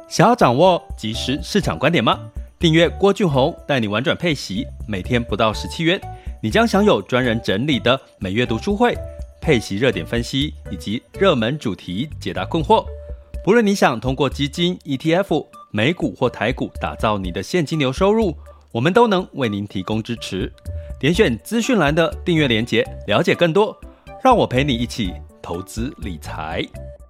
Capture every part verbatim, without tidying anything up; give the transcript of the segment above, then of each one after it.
想要掌握即时市场观点吗？订阅郭俊宏带你玩转配息，每天不到十七元，你将享有专人整理的每月读书会、配息热点分析以及热门主题解答困惑。不论你想通过基金、E T F、美股或台股打造你的现金流收入，我们都能为您提供支持。点选资讯栏的订阅连结，了解更多。让我陪你一起投资理财。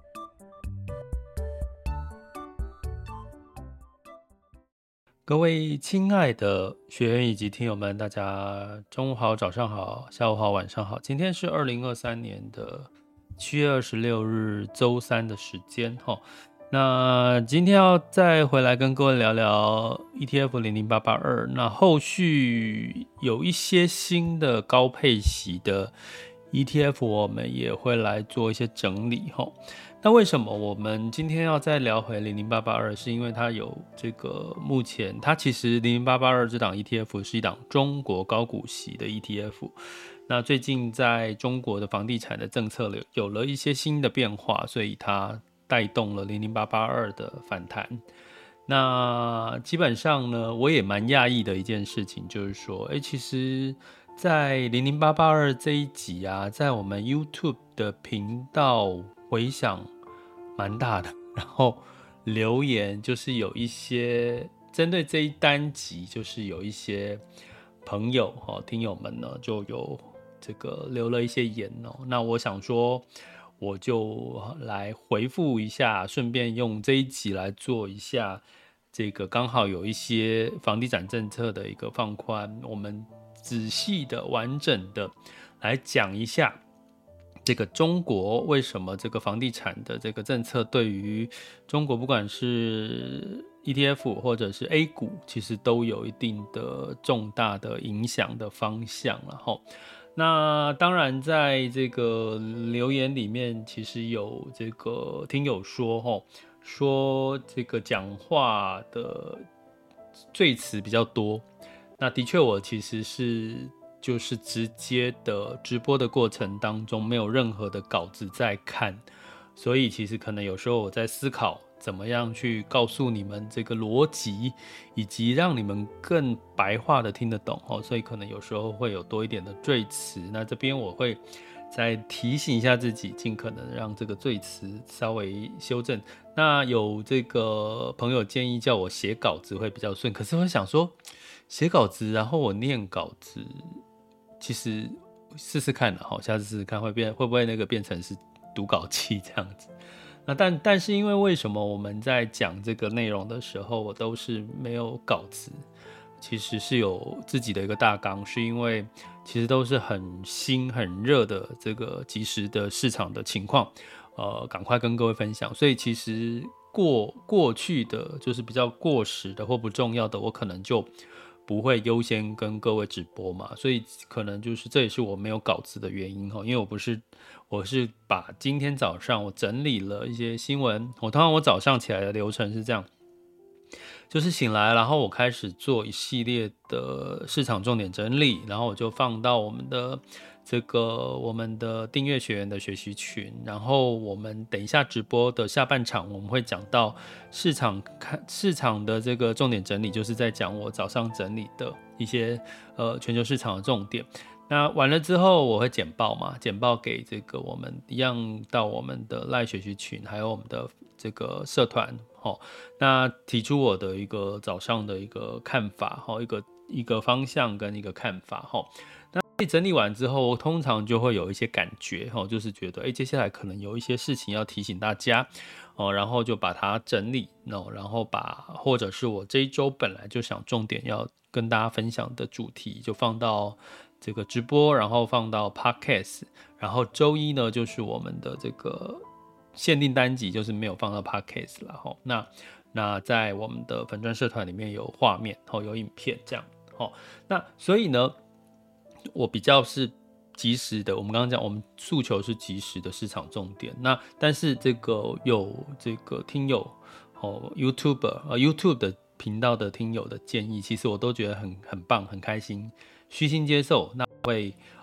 各位亲爱的学员以及听友们，大家中午好、早上好、下午好、晚上好。今天是二零二三年的七月二十六日周三的时间。那今天要再回来跟各位聊聊 E T F 零零八八二，那后续有一些新的高配息的 E T F 我们也会来做一些整理。那为什么我们今天要再聊回零零八八二，是因为它有这个目前它其实零零八八二这档 E T F 是一档中国高股息的 E T F， 那最近在中国的房地产的政策有了一些新的变化，所以它带动了零零八八二的反弹。那基本上呢，我也蛮讶异的一件事情就是说，欸、其实在零零八八二这一集啊，在我们 YouTube 的频道回响蛮大的，然后留言就是有一些针对这一单集，就是有一些朋友听友们呢就有这个留了一些言哦。那我想说，我就来回复一下，顺便用这一集来做一下这个刚好有一些房地产政策的一个放宽，我们仔细的、完整的来讲一下。这个中国为什么这个房地产的这个政策对于中国不管是 E T F 或者是 A 股，其实都有一定的重大的影响的方向了齁。那当然在这个留言里面，其实有这个听友说齁，说这个讲话的赘词比较多。那的确我其实是就是直接的直播的过程当中没有任何的稿子在看，所以其实可能有时候我在思考怎么样去告诉你们这个逻辑，以及让你们更白话的听得懂，所以可能有时候会有多一点的赘词。那这边我会再提醒一下自己，尽可能让这个赘词稍微修正。那有这个朋友建议叫我写稿子会比较顺，可是我想说写稿子然后我念稿子，其实试试看啦，下次试试看会变会不会那个变成是读稿器这样子。那但但是因为为什么我们在讲这个内容的时候，我都是没有稿子，其实是有自己的一个大纲，是因为其实都是很新很热的这个即时的市场的情况，呃，赶快跟各位分享。所以其实过过去的就是比较过时的或不重要的，我可能就不会优先跟各位直播嘛，所以可能就是这也是我没有稿子的原因，因为我不是我是把今天早上我整理了一些新闻，我通常我早上起来的流程是这样，就是醒来，然后我开始做一系列的市场重点整理，然后我就放到我们的这个我们的订阅学员的学习群，然后我们等一下直播的下半场，我们会讲到市场看市场的这个重点整理，就是在讲我早上整理的一些呃全球市场的重点。那完了之后，我会简报嘛，简报给这个我们一样到我们的 LINE 学习群，还有我们的这个社团，齁，那提出我的一个早上的一个看法，齁，一个一个方向跟一个看法，齁。那整理完之后，我通常就会有一些感觉，就是觉得，哎，接下来可能有一些事情要提醒大家，然后就把它整理，然后把或者是我这一周本来就想重点要跟大家分享的主题，就放到这个直播，然后放到 Podcast， 然后周一呢就是我们的这个限定单集，就是没有放到 Podcast 啦，那那在我们的粉专社团里面有画面，有影片这样，那所以呢，我比较是即时的，我们刚刚讲，我们诉求是即时的市场重点。那但是这个有这个听友哦 ，YouTuber 呃 YouTube 的频道的听友的建议，其实我都觉得很很棒，很开心，虚心接受。那会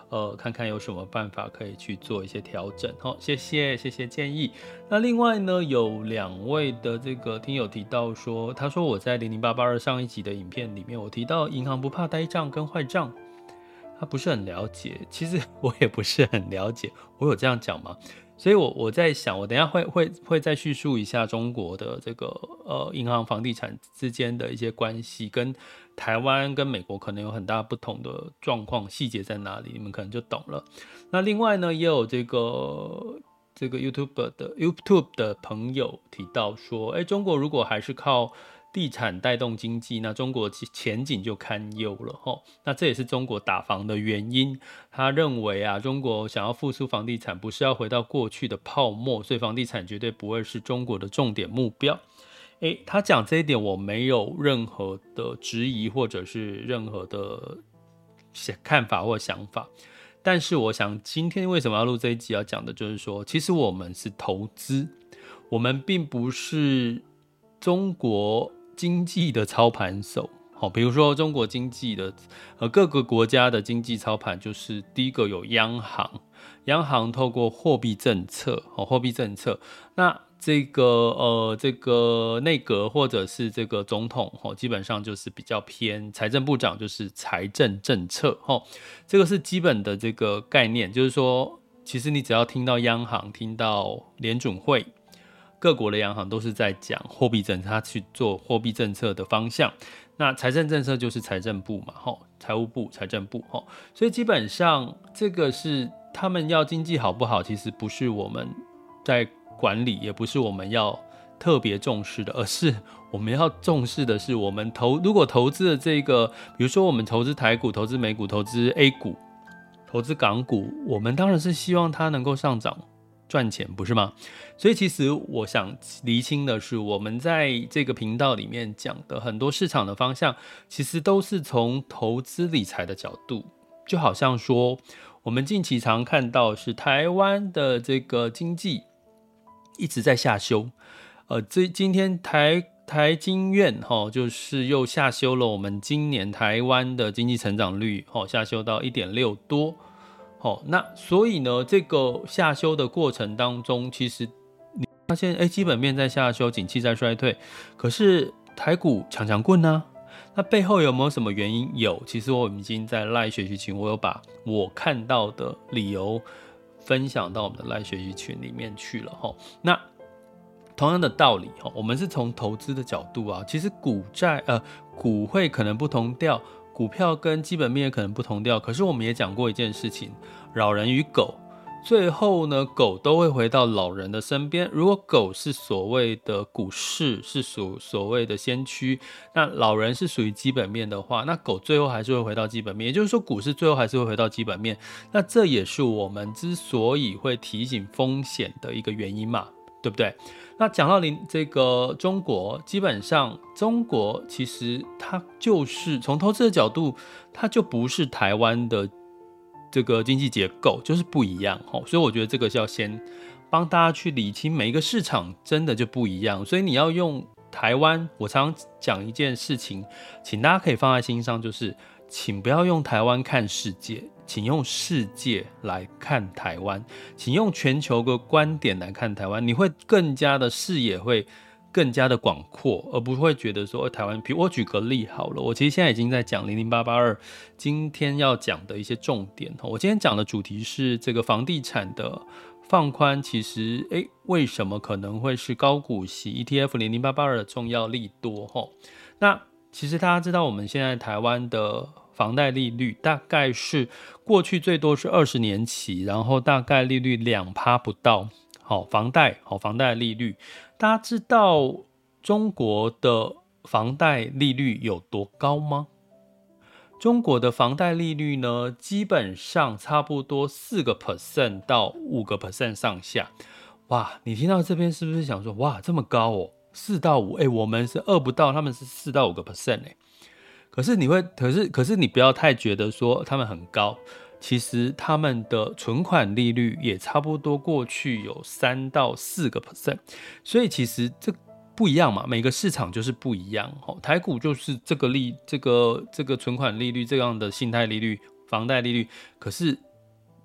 呃，看看有什么办法可以去做一些调整。好，谢谢谢谢建议。那另外呢，有两位的这个听友提到说，他说我在零零八八二上一集的影片里面，我提到银行不怕呆账跟坏账，他不是很了解。其实我也不是很了解，我有这样讲吗？所以我，我我在想，我等一下会会会再叙述一下中国的这个呃银行房地产之间的一些关系，跟台湾跟美国可能有很大不同的状况，细节在哪里，你们可能就懂了。那另外呢，也有这个这个 YouTube 的 YouTube 的朋友提到说，哎，中国如果还是靠地产带动经济，那中国前景就堪忧了齁。那这也是中国打房的原因。他认为啊，中国想要复苏房地产，不是要回到过去的泡沫，所以房地产绝对不会是中国的重点目标。诶，他讲这一点，我没有任何的质疑，或者是任何的看法或想法。但是我想，今天为什么要录这一集，要讲的就是说，其实我们是投资，我们并不是中国经济的操盘手。好，比如说中国经济的呃各个国家的经济操盘，就是第一个有央行，央行透过货币政策，哦，货币政策，那这个呃这个内阁或者是这个总统，哦，基本上就是比较偏财政部长，就是财政政策，哦，这个是基本的这个概念，就是说，其实你只要听到央行，听到联准会。各国的央行都是在讲货币政策，他去做货币政策的方向。那财政政策就是财政部嘛，吼，财务部、财政部，吼，所以基本上这个是他们要经济好不好，其实不是我们在管理，也不是我们要特别重视的，而是我们要重视的是我们投如果投资的这个，比如说我们投资台股、投资美股、投资 A 股、投资港股，我们当然是希望它能够上涨。赚钱不是吗？所以其实我想厘清的是，我们在这个频道里面讲的很多市场的方向，其实都是从投资理财的角度。就好像说，我们近期常看到是台湾的这个经济一直在下修。呃，这今天台台经院齁，就是又下修了我们今年台湾的经济成长率，齁，下修到 一点六 多。好，那所以呢，这个下修的过程当中，其实你发现，哎，基本面在下修，景气在衰退，可是台股强强棍呢、啊？那背后有没有什么原因？有，其实我已经在 LINE 学习群，我有把我看到的理由分享到我们的 LINE 学习群里面去了哈。那同样的道理哈，我们是从投资的角度啊，其实股债呃股会可能不同调。股票跟基本面也可能不同调，可是我们也讲过一件事情，老人与狗，最后呢，狗都会回到老人的身边。如果狗是所谓的股市，是属所谓的先驱，那老人是属于基本面的话，那狗最后还是会回到基本面。也就是说，股市最后还是会回到基本面。那这也是我们之所以会提醒风险的一个原因嘛，对不对？那讲到这个中国，基本上中国其实它就是从投资的角度，它就不是台湾的这个经济结构，就是不一样。所以我觉得这个是要先帮大家去理清，每一个市场真的就不一样。所以你要用台湾，我常常讲一件事情，请大家可以放在心上，就是请不要用台湾看世界，请用世界来看台湾，请用全球的观点来看台湾，你会更加的视野会更加的广阔，而不会觉得说台湾，比如我举个例好了，我其实现在已经在讲零零八八二今天要讲的一些重点。我今天讲的主题是这个房地产的放宽，其实诶为什么可能会是高股息 E T F 零零八八二的重要利多？那其实大家知道我们现在台湾的房贷利率大概是过去最多是二十年期，然后大概利率 百分之二 不到。好，房贷好，房贷利率，大家知道中国的房贷利率有多高吗？中国的房贷利率呢，基本上差不多 百分之四 到 百分之五 上下。哇，你听到这边是不是想说，哇，这么高哦，四到五，哎，我们是二不到，他们是四到五个 percent 哎。可是你会，可是可是你不要太觉得说他们很高，其实他们的存款利率也差不多，过去有三到四个 percent， 所以其实这不一样嘛，每个市场就是不一样。台股就是这个利，这个这个存款利率这样的信贷利率、房贷利率，可是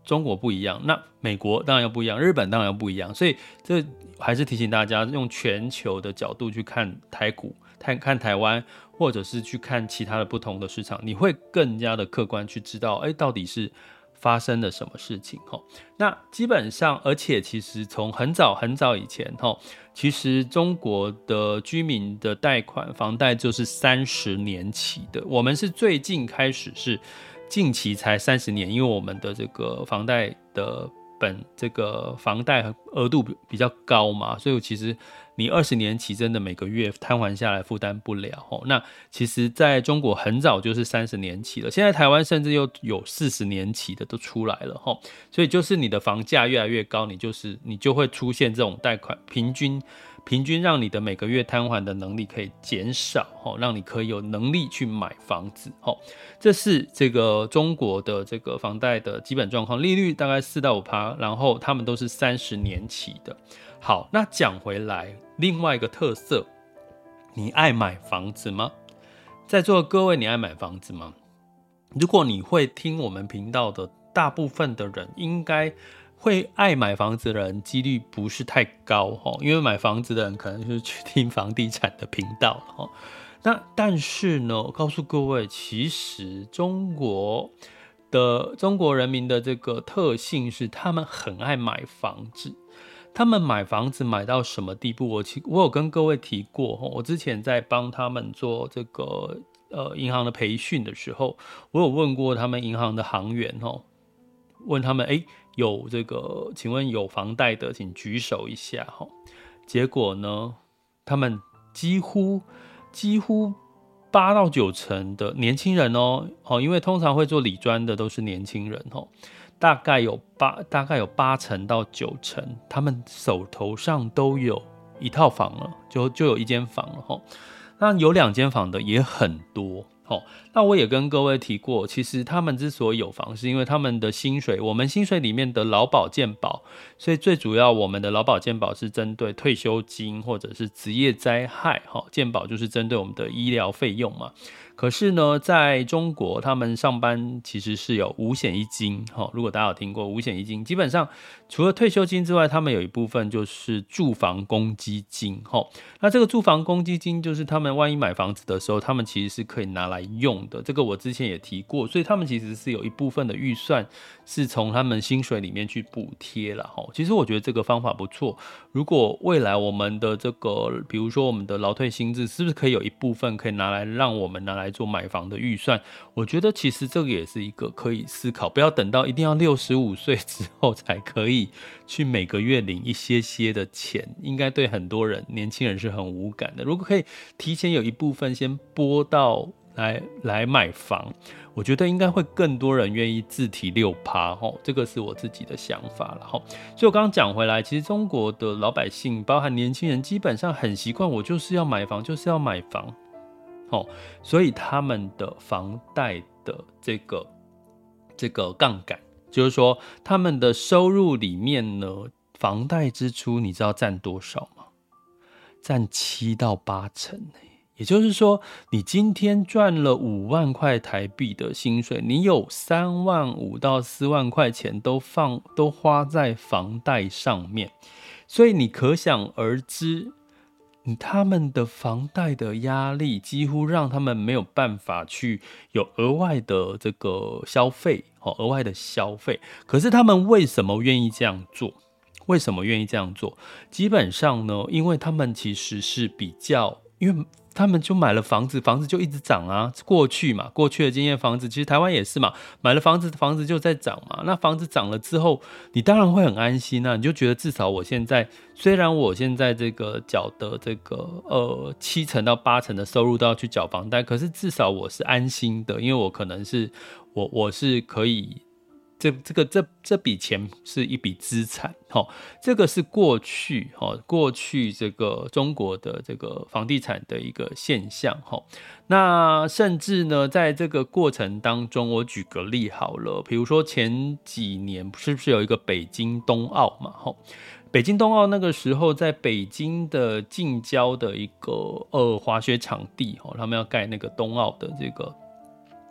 中国不一样，那美国当然又不一样，日本当然又不一样，所以这还是提醒大家用全球的角度去看台股，看看台湾，或者是去看其他的不同的市场，你会更加的客观去知道，哎，到底是发生了什么事情。那基本上，而且其实从很早很早以前，其实中国的居民的贷款房贷就是三十年期的，我们是最近开始是近期才三十年，因为我们的这个房贷的本这个房贷额度比较高嘛，所以其实你二十年期真的每个月摊还下来负担不了。那其实在中国很早就是三十年期了，现在台湾甚至又有四十年期的都出来了，所以就是你的房价越来越高，你就是你就会出现这种贷款平均平均让你的每个月摊还的能力可以减少，让你可以有能力去买房子。这是这个中国的这个房贷的基本状况，利率大概 百分之四到百分之五， 然后他们都是三十年期的。好，那讲回来，另外一个特色，你爱买房子吗？在座的各位，你爱买房子吗？如果你会听我们频道的，大部分的人应该会爱买房子的人几率不是太高，因为买房子的人可能就是去听房地产的频道。那但是呢，我告诉各位，其实中国的中国人民的这个特性是，他们很爱买房子。他们买房子买到什么地步？我我有跟各位提过，我之前在帮他们做这个呃银行的培训的时候，我有问过他们银行的行员，问他们，哎，有这个，请问有房贷的，请举手一下。结果呢，他们几乎几乎八到九成的年轻人哦，因为通常会做理专的都是年轻人哦。大概有八，大概有八成到九成，他们手头上都有一套房了，就就有一间房了哈。那有两间房的也很多。那我也跟各位提过，其实他们之所以有房，是因为他们的薪水，我们薪水里面的劳保健保，所以最主要我们的劳保健保是针对退休金或者是职业灾害，健保就是针对我们的医疗费用嘛。可是呢，在中国他们上班其实是有五险一金，如果大家有听过五险一金，基本上除了退休金之外，他们有一部分就是住房公积金。那这个住房公积金就是他们万一买房子的时候，他们其实是可以拿来用的，这个我之前也提过，所以他们其实是有一部分的预算是从他们薪水里面去补贴啦。其实我觉得这个方法不错，如果未来我们的这个比如说我们的劳退薪资是不是可以有一部分可以拿来让我们拿来做买房的预算，我觉得其实这个也是一个可以思考，不要等到一定要六十五岁之后才可以去每个月领一些些的钱，应该对很多人年轻人是很无感的。如果可以提前有一部分先拨到来来买房，我觉得应该会更多人愿意自提 百分之六， 这个是我自己的想法啦。所以我刚刚讲回来，其实中国的老百姓包含年轻人基本上很习惯，我就是要买房就是要买房，所以他们的房贷的这个这个杠杆，就是说他们的收入里面呢，房贷支出你知道占多少吗？占七到八成。也就是说，你今天赚了五万块台币的薪水，你有三万五到四万块钱都放都花在房贷上面，所以你可想而知，他们的房贷的压力几乎让他们没有办法去有额外的这个消费，额外的消费。可是他们为什么愿意这样做？为什么愿意这样做？基本上呢，因为他们其实是比较，因为他们就买了房子，房子就一直涨啊。过去嘛，过去的经验，房子其实台湾也是嘛，买了房子，房子就在涨嘛。那房子涨了之后，你当然会很安心啊，你就觉得至少我现在，虽然我现在这个缴的这个呃七成到八成的收入都要去缴房贷，可是至少我是安心的，因为我可能是我我是可以。这这个这这笔钱是一笔资产，哦，这个是过去哦，过去这个中国的这个房地产的一个现象，哦，那甚至呢，在这个过程当中，我举个例好了，比如说前几年是不是有一个北京冬奥嘛，哦，北京冬奥那个时候，在北京的近郊的一个呃滑雪场地，哦，他们要盖那个冬奥的这个。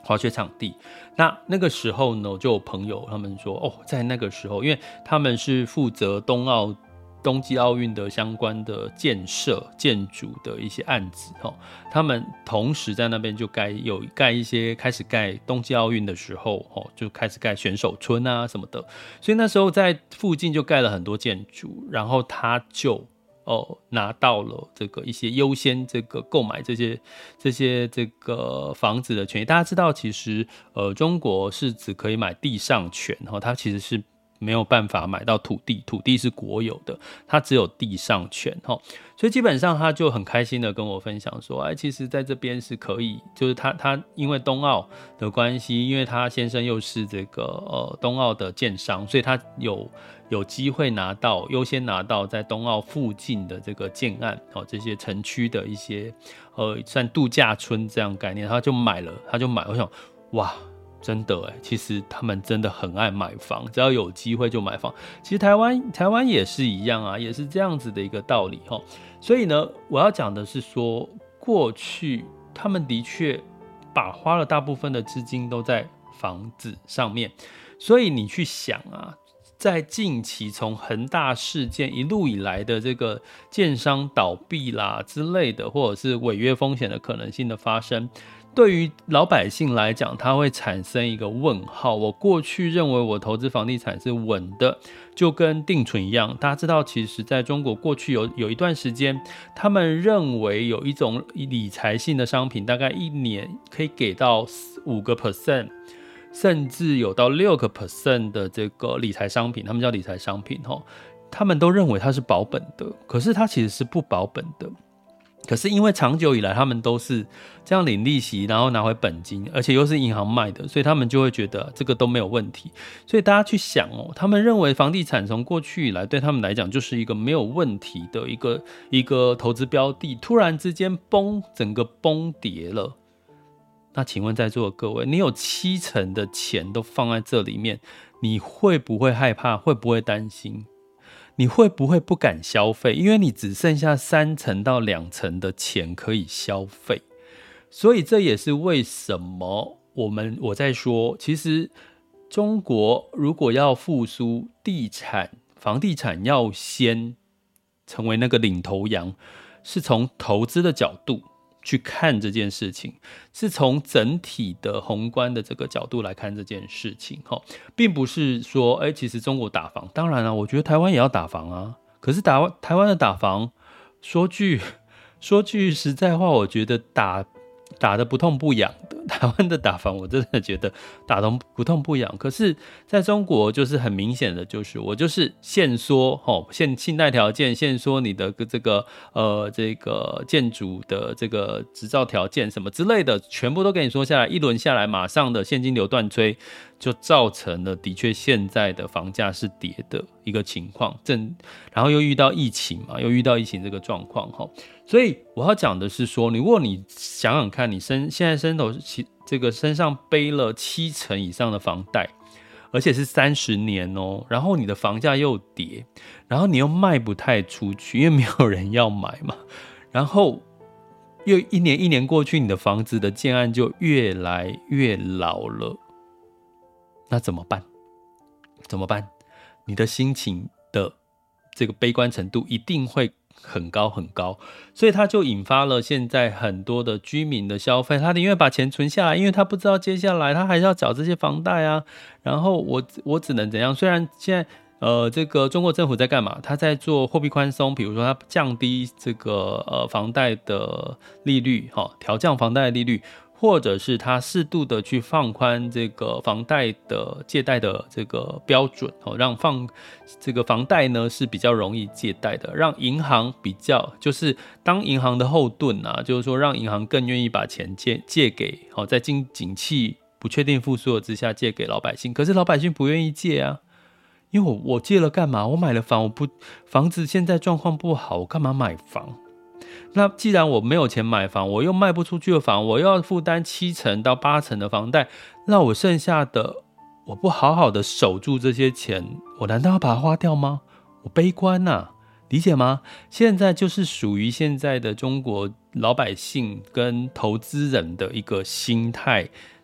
滑雪场地。那那个时候呢，就有朋友他们说，哦，在那个时候，因为他们是负责冬奥、冬季奥运的相关的建设、建筑的一些案子，哦，他们同时在那边就盖有盖一些，开始盖冬季奥运的时候，哦，就开始盖选手村啊什么的，所以那时候在附近就盖了很多建筑，然后他就。哦，拿到了这个一些优先这个购买这些这些这个房子的权益。大家知道，其实呃，中国是只可以买地上权，哈，它其实是没有办法买到土地，土地是国有的，它只有地上权，哈。所以基本上他就很开心的跟我分享说，哎，其实在这边是可以，就是他他因为冬奥的关系，因为他先生又是这个呃冬奥的建商，所以他有。有机会拿到优先拿到在冬奥附近的这个建案，哦，这些城区的一些呃算度假村这样概念，他就买了，他就买。我想，哇，真的哎，其实他们真的很爱买房，只要有机会就买房。其实台湾台湾也是一样啊，也是这样子的一个道理哈。所以呢，我要讲的是说，过去他们的确把花了大部分的资金都在房子上面，所以你去想啊。在近期从恒大事件一路以来的这个建商倒闭啦之类的，或者是违约风险的可能性的发生，对于老百姓来讲，它会产生一个问号。我过去认为我投资房地产是稳的，就跟定存一样。大家知道，其实在中国过去有有一段时间，他们认为有一种理财性的商品，大概一年可以给到五个 percent。甚至有到六个 percent 的这个理财商品，他们叫理财商品，他们都认为它是保本的，可是它其实是不保本的。可是因为长久以来他们都是这样领利息，然后拿回本金，而且又是银行卖的，所以他们就会觉得这个都没有问题。所以大家去想哦，他们认为房地产从过去以来对他们来讲就是一个没有问题的一个一个投资标的，突然之间崩，整个崩跌了。那请问在座的各位，你有七成的钱都放在这里面，你会不会害怕？会不会担心？你会不会不敢消费？因为你只剩下三成到两成的钱可以消费。所以这也是为什么我们我在说，其实中国如果要复苏，地产、房地产要先成为那个领头羊，是从投资的角度去看这件事情，是从整体的宏观的这个角度来看这件事情，并不是说，哎，其实中国打房，当然啊，我觉得台湾也要打房啊。可是打台湾的打房，说句说句实在话，我觉得打打得不痛不痒的。台湾的打房，我真的觉得打得不痛不痒。可是在中国，就是很明显的，就是我就是限缩哦，限信贷条件，限缩你的这个呃这个建筑的这个执照条件什么之类的，全部都给你说下来，一轮下来，马上的现金流断炊，就造成了的确现在的房价是跌的一个情况。正然后又遇到疫情嘛，又遇到疫情这个状况哈。所以我要讲的是说，如果你想想看，你身现在身头这个身上背了七成以上的房贷，而且是三十年哦，然后你的房价又跌，然后你又卖不太出去，因为没有人要买嘛，然后又一年一年过去，你的房子的建案就越来越老了，那怎么办？怎么办？你的心情的这个悲观程度一定会很高很高，所以它就引发了现在很多的居民的消费，他宁愿把钱存下来，因为他不知道接下来他还是要缴这些房贷啊。然后我我只能怎样？虽然现在呃这个中国政府在干嘛？他在做货币宽松，比如说他降低这个呃房贷的利率，哈、哦，调降房贷的利率。或者是他适度的去放宽这个房贷的借贷的这个标准，让放这个房贷呢是比较容易借贷的，让银行比较就是当银行的后盾啊，就是说让银行更愿意把钱借借给在经景气不确定复苏的之下借给老百姓，可是老百姓不愿意借啊，因为我我借了干嘛？我买了房，我不房子现在状况不好，我干嘛买房？那既然我没有钱买房，我又卖不出去的房，我又要负担七成到八成的房贷，那我剩下的我不好好的守住这些钱，我难道要把它花掉吗？我悲观啊，理解吗？现在就是属于现在的中国老百姓跟投资人的一个心态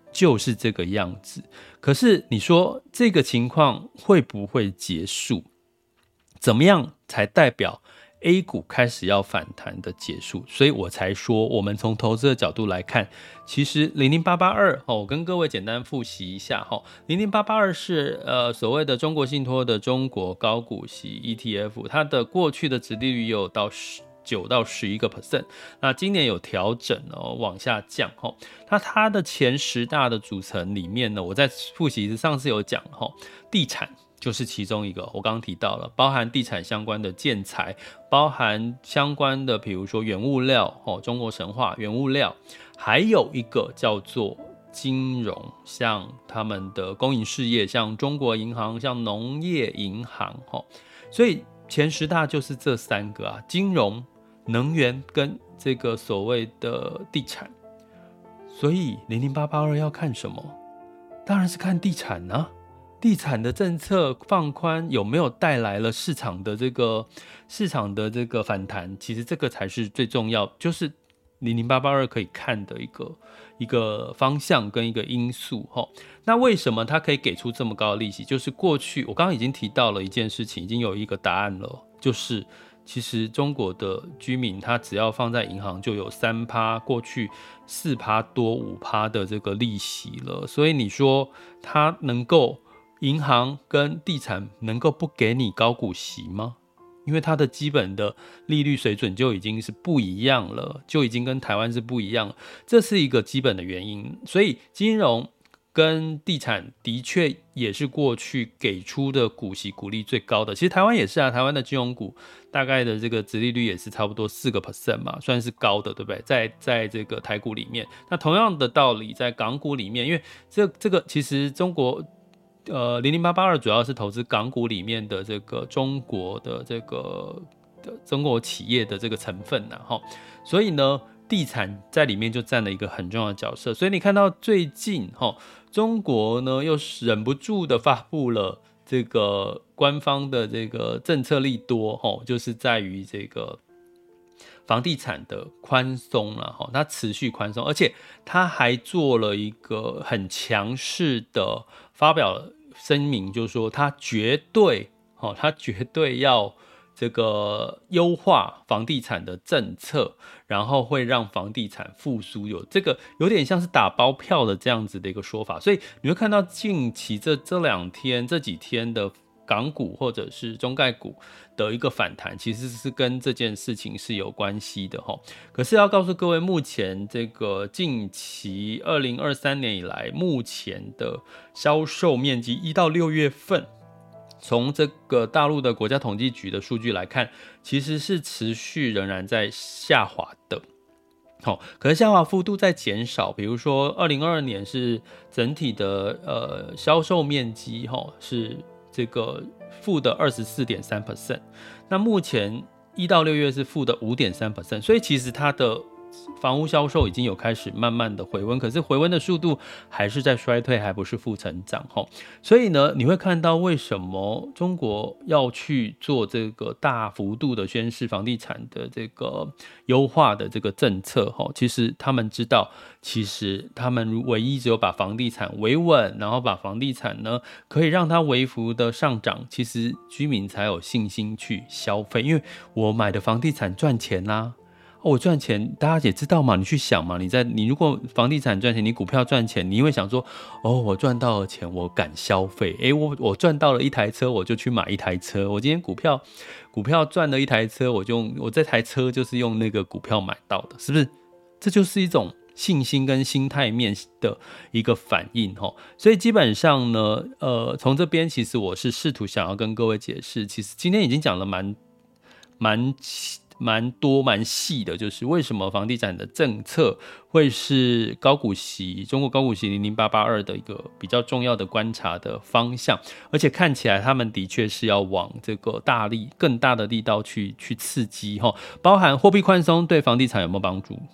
就是这个样子。可是你说这个情况会不会结束？怎么样才代表 A 股开始要反弹的结束？所以我才说，我们从投资的角度来看，其实零零八八二，我跟各位简单复习一下，零零八八二是呃所谓的中国信托的中国高股息 E T F， 它的过去的殖利率也有到九到十一个 percent， 那今年有调整哦，往下降哦。那它的前十大的组成里面呢，我在复习上次有讲哦，地产就是其中一个，我刚刚提到了，包含地产相关的建材，包含相关的比如说原物料哦，中国神话原物料，还有一个叫做金融，像他们的公营事业，像中国银行，像农业银行哦，所以前十大就是这三个啊，金融、能源跟这个所谓的地产。所以零零八八二要看什么？当然是看地产啊。地产的政策放宽有没有带来了市场的这个市场的这个反弹？其实这个才是最重要，就是零零八八二可以看的一个一个方向跟一个因素。那为什么它可以给出这么高的利息？就是过去我刚刚已经提到了一件事情，已经有一个答案了，就是其实中国的居民他只要放在银行就有 百分之三， 过去 百分之四 多 百分之五 的这个利息了。所以你说他能够银行跟地产能够不给你高股息吗？因为它的基本的利率水准就已经是不一样了，就已经跟台湾是不一样了，这是一个基本的原因。所以金融跟地产的确也是过去给出的股息股利最高的。其实台湾也是啊，台湾的金融股大概的这个殖利率也是差不多 百分之四 嘛，算是高的，对不对？在在这个台股里面，那同样的道理在港股里面，因为这这个其实中国呃，零零八八二主要是投资港股里面的这个中国的这个的中国企业的这个成分呐，哈，所以呢，地产在里面就占了一个很重要的角色。所以你看到最近哈，中国呢又忍不住的发布了这个官方的这个政策利多，哈，就是在于这个房地产的宽松了，哈，它持续宽松，而且它还做了一个很强势的发表声明，就是说它绝对，哦，它绝对要这个优化房地产的政策，然后会让房地产复苏，有这个有点像是打包票的这样子的一个说法。所以你会看到近期这这两天这几天的港股或者是中概股的一个反弹，其实是跟这件事情是有关系的齁。可是要告诉各位，目前这个近期二零二三年以来，目前的销售面积一到六月份，从这个大陆的国家统计局的数据来看，其实是持续仍然在下滑的。好，可是下滑幅度在减少，比如说二零二二年是整体的呃销售面积齁是这个负的 百分之二十四点三， 那目前一到六月是负的 百分之五点三， 所以其实它的房屋销售已经有开始慢慢的回温，可是回温的速度还是在衰退，还不是负成长。所以呢，你会看到为什么中国要去做这个大幅度的宣示房地产的这个优化的这个政策，其实他们知道，其实他们唯一只有把房地产维稳，然后把房地产呢可以让它微幅的上涨，其实居民才有信心去消费，因为我买的房地产赚钱啦、啊。哦、我赚钱，大家也知道嘛，你去想嘛，你在你如果房地产赚钱，你股票赚钱，你会想说，哦，我赚到了钱，我敢消费，诶，我我赚到了一台车，我就去买一台车，我今天股票股票赚了一台车，我就我这台车就是用那个股票买到的，是不是？这就是一种信心跟心态面的一个反应齁。所以基本上呢，呃，从这边其实我是试图想要跟各位解释，其实今天已经讲了蛮蛮。蛮多蛮细的，就是为什么房地产的政策会是高股息中国高股息零零八八二的一个比较重要的观察的方向，而且看起来他们的确是要往这个大力更大的力道去去刺激齁，包含货币宽松对房地产有没有帮助？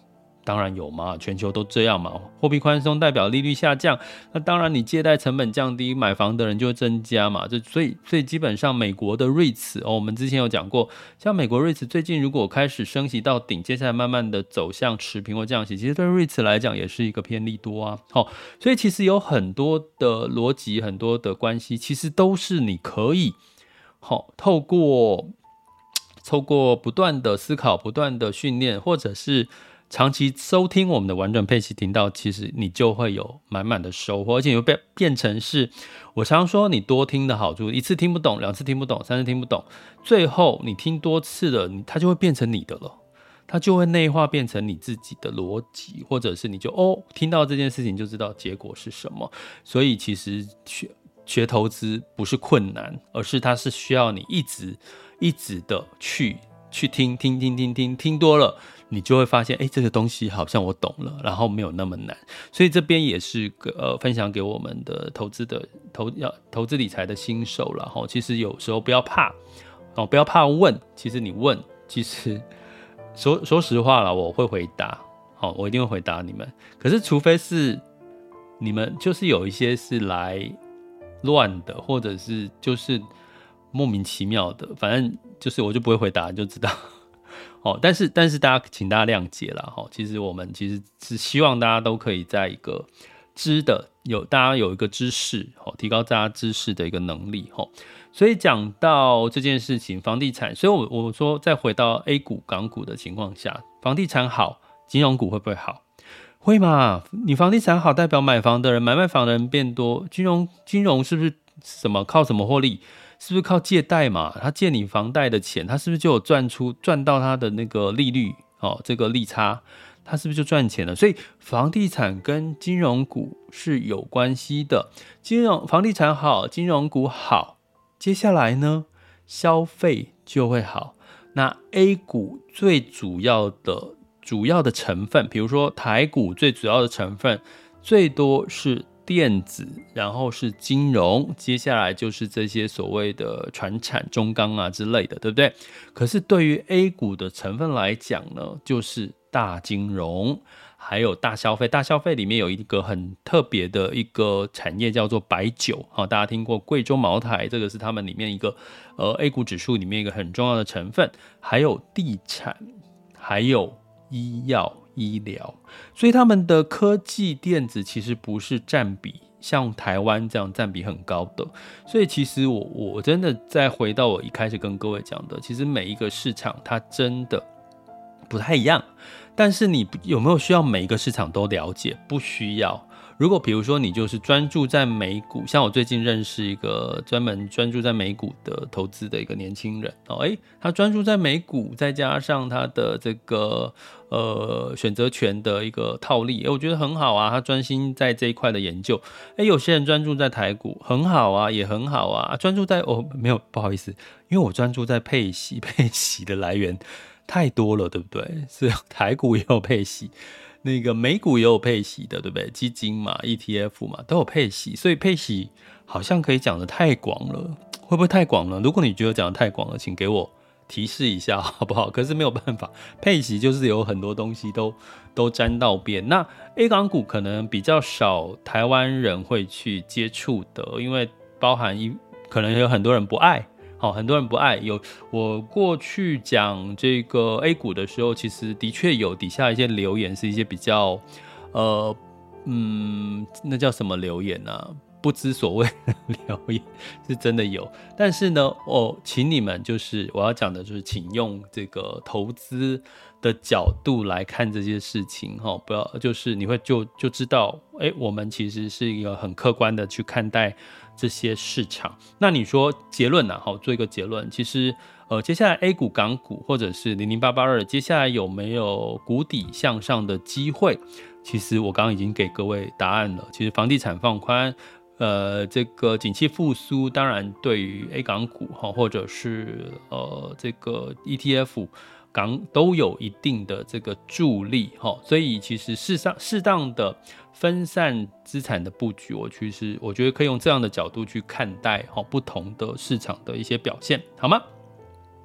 当然有嘛，全球都这样嘛。货币宽松代表利率下降，那当然你借贷成本降低，买房的人就会增加嘛。这所以所以基本上美国的 REITs、哦、我们之前有讲过，像美国 REITs 最近如果开始升息到顶，接下来慢慢的走向持平或降息，其实对 REITs 来讲也是一个偏利多啊。哦、所以其实有很多的逻辑，很多的关系，其实都是你可以、哦、透过透过不断的思考，不断的训练，或者是长期收听我们的完整配息频道，其实你就会有满满的收获，而且你会变成是我常说你多听的好处，一次听不懂，两次听不懂，三次听不懂，最后你听多次了，它就会变成你的了，它就会内化变成你自己的逻辑，或者是你就哦听到这件事情就知道结果是什么。所以其实学学投资不是困难，而是它是需要你一直一直的去去听听听听听听多了，你就会发现，哎，这个东西好像我懂了，然后没有那么难。所以这边也是呃分享给我们的投资的投要投资理财的新手了哈。其实有时候不要怕哦，不要怕问，其实你问，其实说说实话啦，我会回答，好、哦，我一定会回答你们。可是除非是你们就是有一些是来乱的，或者是就是莫名其妙的，反正就是我就不会回答，就知道。哦，但是但是大家请大家谅解啦，哦，其实我们其实是希望大家都可以在一个知的有大家有一个知识，哦，提高大家知识的一个能力，哦，所以讲到这件事情，房地产，所以我我说再回到 A 股、港股的情况下，房地产好，金融股会不会好？会嘛？你房地产好，代表买房的人、买卖房的人变多，金融金融是不是什么靠什么获利？是不是靠借贷嘛？他借你房贷的钱，他是不是就有赚出赚到他的那个利率哦？这个利差，他是不是就赚钱了？所以房地产跟金融股是有关系的。金融房地产好，金融股好，接下来呢，消费就会好。那 A 股最主要的主要的成分，比如说台股最主要的成分，最多是电子，然后是金融，接下来就是这些所谓的传产、中钢啊之类的，对不对？可是对于 A 股的成分来讲呢，就是大金融，还有大消费。大消费里面有一个很特别的一个产业叫做白酒，大家听过贵州茅台，这个是他们里面一个呃 A 股指数里面一个很重要的成分，还有地产，还有医药。医疗，所以他们的科技电子其实不是占比像台湾这样占比很高的，所以其实我我真的再回到我一开始跟各位讲的，其实每一个市场它真的不太一样，但是你有没有需要每一个市场都了解？不需要。如果比如说你就是专注在美股，像我最近认识一个专门专注在美股的投资的一个年轻人哦，诶，他专注在美股，再加上他的这个呃选择权的一个套利，诶，我觉得很好啊，他专心在这一块的研究。诶，有些人专注在台股，很好啊，也很好啊，专注在哦没有不好意思，因为我专注在配息，配息的来源太多了，对不对？是台股也有配息。那个美股也有配息的，对不对？基金嘛 ，E T F 嘛，都有配息，所以配息好像可以讲得太广了，会不会太广了？如果你觉得讲得太广了，请给我提示一下，好不好？可是没有办法，配息就是有很多东西都都沾到边。那 A 港股可能比较少台湾人会去接触的，因为包含一可能有很多人不爱。好，很多人不爱。有我过去讲这个 A 股的时候，其实的确有底下一些留言是一些比较，呃，嗯，那叫什么留言啊？不知所谓的留言是真的有。但是呢，哦，请你们就是我要讲的就是，请用这个投资的角度来看这些事情哈，不要就是你会就就知道，哎，我们其实是一个很客观的去看待这些市场。那你说结论啊，好，做一个结论，其实呃，接下来 A 股、港股或者是零零八八二，接下来有没有谷底向上的机会？其实我刚刚已经给各位答案了。其实房地产放宽，呃，这个景气复苏，当然对于 A 港股哈，或者是呃这个 E T F。港都有一定的这个助力，所以其实适当适当的分散资产的布局，我其实我觉得可以用这样的角度去看待不同的市场的一些表现，好吗？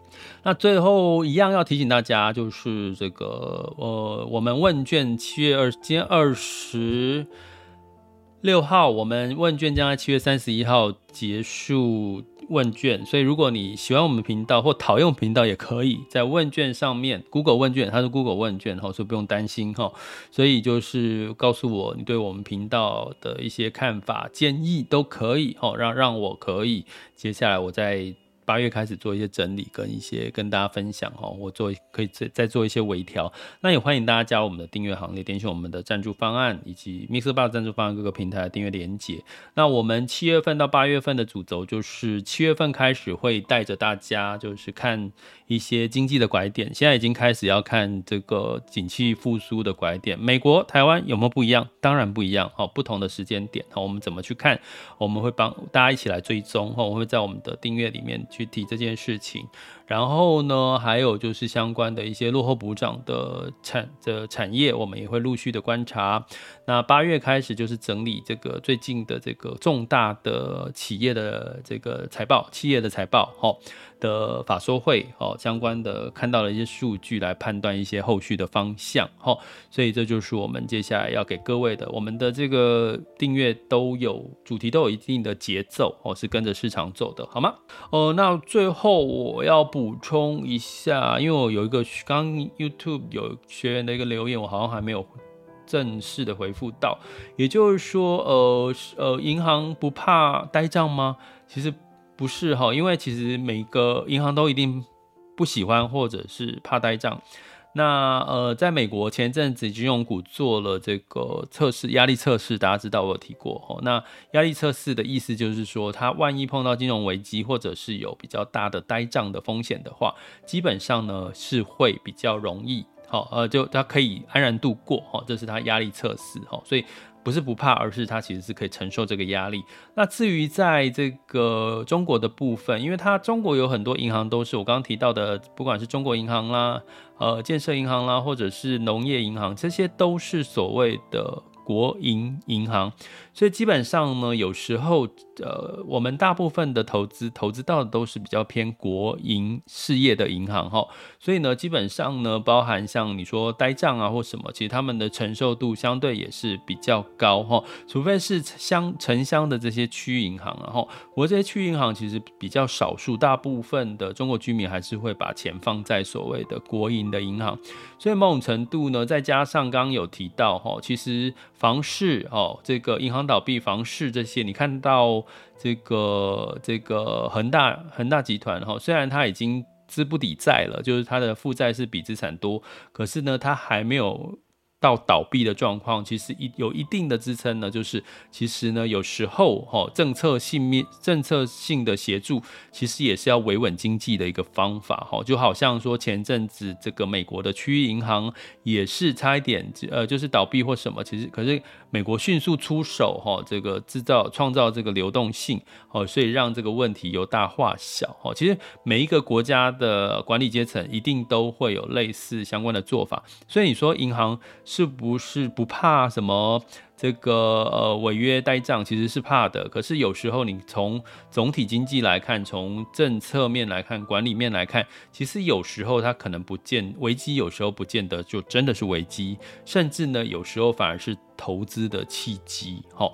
那最后一样要提醒大家，就是这个呃，我们问卷七月二，今天二十六号，我们问卷将在七月三十一号结束问卷，所以如果你喜欢我们频道或讨厌我们频道，也可以在问卷上面 Google 问卷，它是 Google 问卷，所以不用担心。所以就是告诉我你对我们频道的一些看法建议都可以，让让我可以接下来我在八月开始做一些整理跟一些跟大家分享，我做可以再做一些微调。那也欢迎大家加入我们的订阅行列，点选我们的赞助方案以及 MixerBox 赞助方案各个平台的订阅连结。那我们七月份到八月份的主轴就是七月份开始会带着大家就是看一些经济的拐点，现在已经开始要看这个景气复苏的拐点。美国、台湾有没有不一样？当然不一样，不同的时间点，我们怎么去看？我们会帮大家一起来追踪，我们会在我们的订阅里面去提这件事情。然后呢，还有就是相关的一些落后补涨的产的产业，我们也会陆续的观察。那八月开始就是整理这个最近的这个重大的企业的这个财报，企业的财报的法说会相关的看到了一些数据来判断一些后续的方向。所以这就是我们接下来要给各位的，我们的这个订阅都有主题都有一定的节奏，是跟着市场走的，好吗？呃，那最后我要补充一下，因为我有一个刚 YouTube 有学员的一个留言，我好像还没有正式的回复到，也就是说，呃呃，银行不怕呆账吗？其实不是哈，因为其实每个银行都一定不喜欢或者是怕呆账。那呃，在美国前阵子金融股做了这个测试，压力测试，大家知道我有提过。那压力测试的意思就是说，它万一碰到金融危机，或者是有比较大的呆账的风险的话，基本上呢是会比较容易，呃，就它可以安然度过，这是它压力测试，所以不是不怕，而是它其实是可以承受这个压力。那至于在这个中国的部分，因为它中国有很多银行都是我刚刚提到的，不管是中国银行啦、呃建设银行啦，或者是农业银行，这些都是所谓的国营银行，所以基本上呢，有时候呃，我们大部分的投资投资到的都是比较偏国营事业的银行哈，所以呢，基本上呢，包含像你说呆账啊或什么，其实他们的承受度相对也是比较高哈，除非是乡城乡的这些区银行然后，不过这些区银行其实比较少数，大部分的中国居民还是会把钱放在所谓的国营的银行，所以某种程度呢，再加上刚刚有提到哈，其实房市哦，这个银行倒闭、房市这些，你看到这个这个恒大恒大集团哈，虽然它已经资不抵债了，就是它的负债是比资产多，可是呢，它还没有到倒闭的状况，其实有一定的支撑呢，就是其实呢，有时候、哦、政策性政策性的协助，其实也是要维稳经济的一个方法、哦、就好像说前阵子这个美国的区域银行也是差一点，呃，就是倒闭或什么，其实可是美国迅速出手、哦、这个制造创造这个流动性、哦、所以让这个问题由大化小、哦、其实每一个国家的管理阶层一定都会有类似相关的做法，所以你说银行是不是不怕什么这个呃违约呆账？其实是怕的。可是有时候你从总体经济来看，从政策面来看，管理面来看，其实有时候它可能不见危机，有时候不见得就真的是危机，甚至呢有时候反而是投资的契机。哦，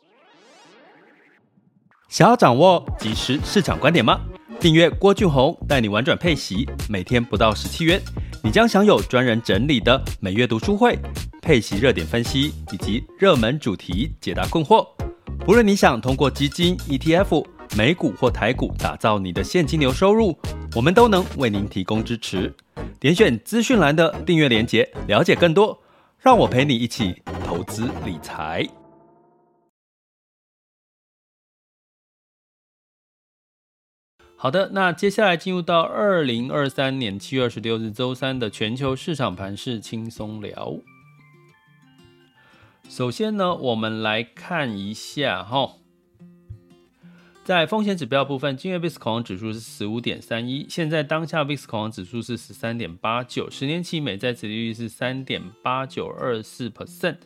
想要掌握即时市场观点吗？订阅郭俊宏带你玩转配息，每天不到十七元，你将享有专人整理的每月读书会、配息热点分析以及热门主题解答困惑。不论你想通过基金、E T F、美股或台股打造你的现金流收入，我们都能为您提供支持。点选资讯栏的订阅连结，了解更多。让我陪你一起投资理财。好的，那接下来进入到二零二三年七月二十六日周三的全球市场盘势轻松聊。首先呢，我们来看一下齁，在风险指标部分，今月 V I X 恐慌指数是 十五点三一， 现在当下 V I X 恐慌指数是 十三点八九， 十年期美债殖利率是 三点八九二四 percent。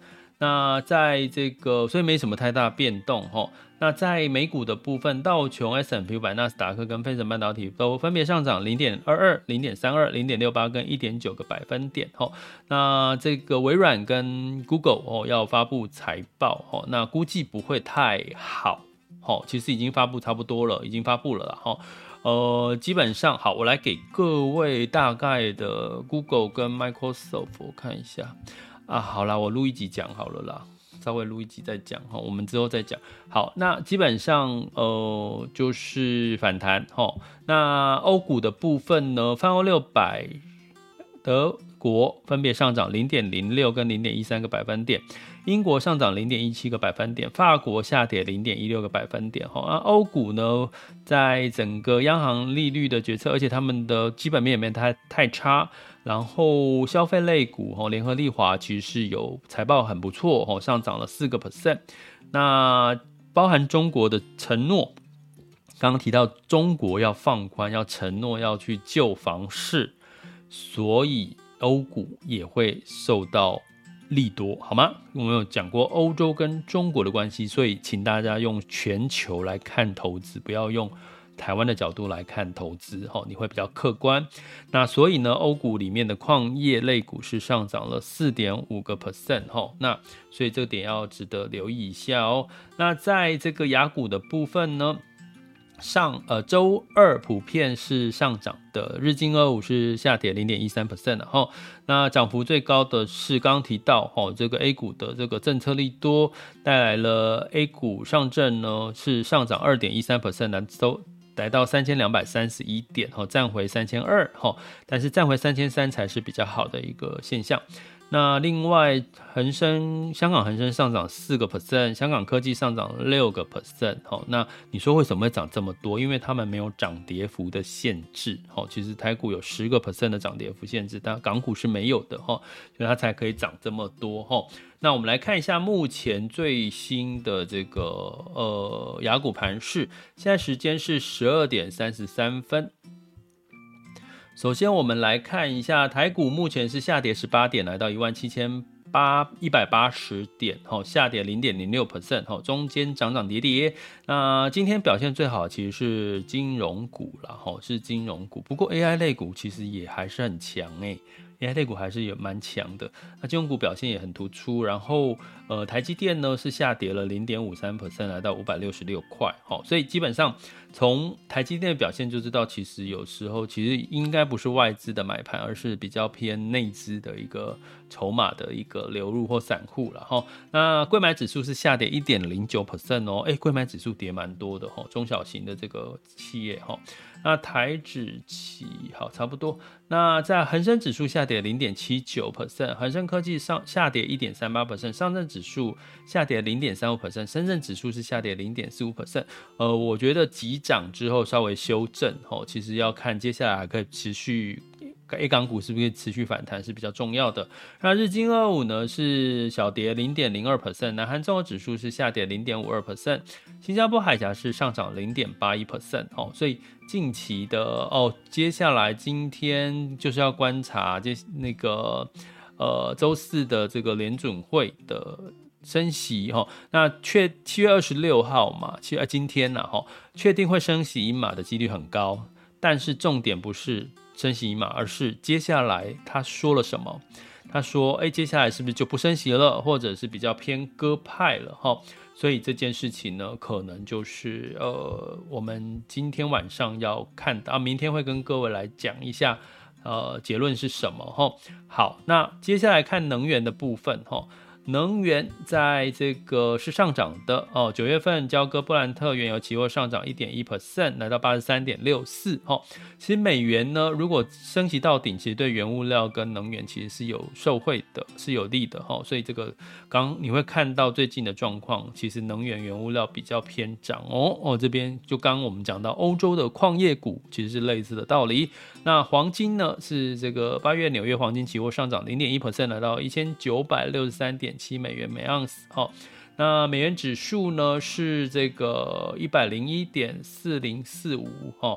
那在这个所以没什么太大变动齁。那在美股的部分，道琼 S and P 五百、纳斯达克跟费城半导体都分别上涨 零点二二、零点三二、零点六八 跟 一点九 个百分点齁。那这个微软跟 Google 齁要发布财报齁，那估计不会太好齁，其实已经发布差不多了，已经发布了啦齁。呃，基本上好，我来给各位大概的 Google 跟 Microsoft 我看一下啊。好啦，我录一集讲好了啦，稍微录一集再讲哈，我们之后再讲。好，那基本上呃就是反弹哈。那欧股的部分呢，泛欧六百，德国分别上涨 零点零六 跟 零点一三 个百分点。英国上涨 零点一七 个百分点，法国下跌 零点一六 个百分点。那欧股呢，在整个央行利率的决策，而且他们的基本面也没太太差，然后消费类股联合利华其实是有财报很不错，上涨了 百分之四。 那包含中国的承诺，刚刚提到中国要放宽，要承诺要去救房市，所以欧股也会受到利多，好吗？我们有讲过欧洲跟中国的关系，所以请大家用全球来看投资，不要用台湾的角度来看投资，你会比较客观。那所以呢，欧股里面的矿业类股是上涨了 百分之四点五， 那所以这个点要值得留意一下哦。那在这个亚股的部分呢，上呃周二普遍是上涨的，日经二五是下跌 零点一三 percent 的齁。那涨幅最高的是刚刚提到齁，这个 A 股的这个政策利多带来了 A 股上证呢是上涨 二点一三 percent 来收来到三千两百三十一点齁，站回三千二百齁，但是站回三千三百才是比较好的一个现象。那另外恒生香港恒生上涨 百分之四， 香港科技上涨 百分之六， 那你说为什么会涨这么多？因为他们没有涨跌幅的限制，其实台股有 百分之十 的涨跌幅限制，但港股是没有的，所以它才可以涨这么多。那我们来看一下目前最新的这个呃亚股盘势，现在时间是十二点三十三分。首先我们来看一下台股，目前是下跌十八点，来到一万七千一百八十点，下跌 零点零六 percent， 中间涨涨跌跌。那今天表现最好其实是金融股啦，是金融股，不过 A I 类股其实也还是很强欸，A I 类股还是也蛮强的，那金融股表现也很突出。然后呃，台积电呢是下跌了 零点五三 percent， 来到五百六十六块，所以基本上从台积电的表现就知道，其实有时候其实应该不是外资的买盘，而是比较偏内资的一个筹码的一个流入或散户了哈。那柜买指数是下跌 一点零九 percent 哦，哎，柜买指数跌蛮多的哈，中小型的这个企业哈。那台指期好差不多。那在恒生指数下跌 零点七九 percent， 恒生科技上下跌 一点三八 percent， 上证指数下跌 零点三五 percent， 深圳指数是下跌 零点四五 percent。呃，我觉得急涨之后稍微修正，哦，其实要看接下来还可以持续。A 港股是不是持续反弹是比较重要的。那日经二五呢是小跌 零点零二 percent， 南韩综合指数是下跌 零点五二 percent， 新加坡海峡是上涨 零点八一 percent， 哦，所以近期的哦，接下来今天就是要观察这那个呃周四的这个联准会的升息哈，那确七月二十六号嘛，七月今天呐哈，确定会升息一码的几率很高，但是重点不是升息一码，而是接下来他说了什么？他说，哎，接下来是不是就不升息了，或者是比较偏鸽派了哈？所以这件事情呢，可能就是呃，我们今天晚上要看到，明天会跟各位来讲一下，呃，结论是什么哈？好，那接下来看能源的部分哈。能源在这个是上涨的哦，九月份交割布兰特原油期货上涨 百分之一点一 percent， 来到 八十三点六四。哦，其实美元呢，如果升息到顶，其实对原物料跟能源其实是有受惠的，是有利的哈、哦。所以这个刚你会看到最近的状况，其实能源原物料比较偏涨哦哦。这边就刚刚我们讲到欧洲的矿业股，其实是类似的道理。那黄金呢，是这个八月纽约黄金期货上涨 零点一 percent， 来到一千九百六十三点七美元每盎司。哦，那美元指数呢是这个一百零一点四零四五。哦，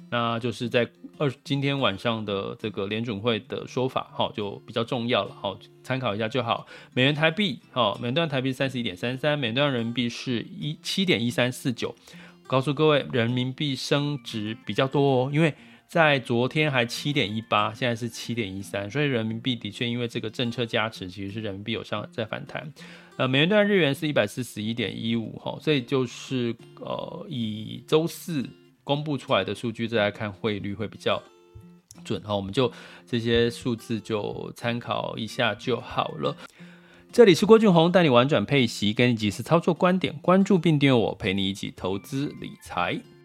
那就是在二今天晚上的这个联准会的说法，哈，就比较重要了，哈，参考一下就好。美元台币，哈，美元兑换台币三十一点三三，美元兑换人民币是一七点一三四九。告诉各位，人民币升值比较多哦，因为在昨天还 七点一八， 现在是 七点一三， 所以人民币的确因为这个政策加持，其实是人民币有上在反弹。呃，美元兑换日元是 一百四十一点一五， 所以就是呃以周四公布出来的数据再来看汇率会比较准，我们就这些数字就参考一下就好了。这里是郭俊宏，带你玩转配息，给你及时操作观点，关注并订阅我，陪你一起投资理财。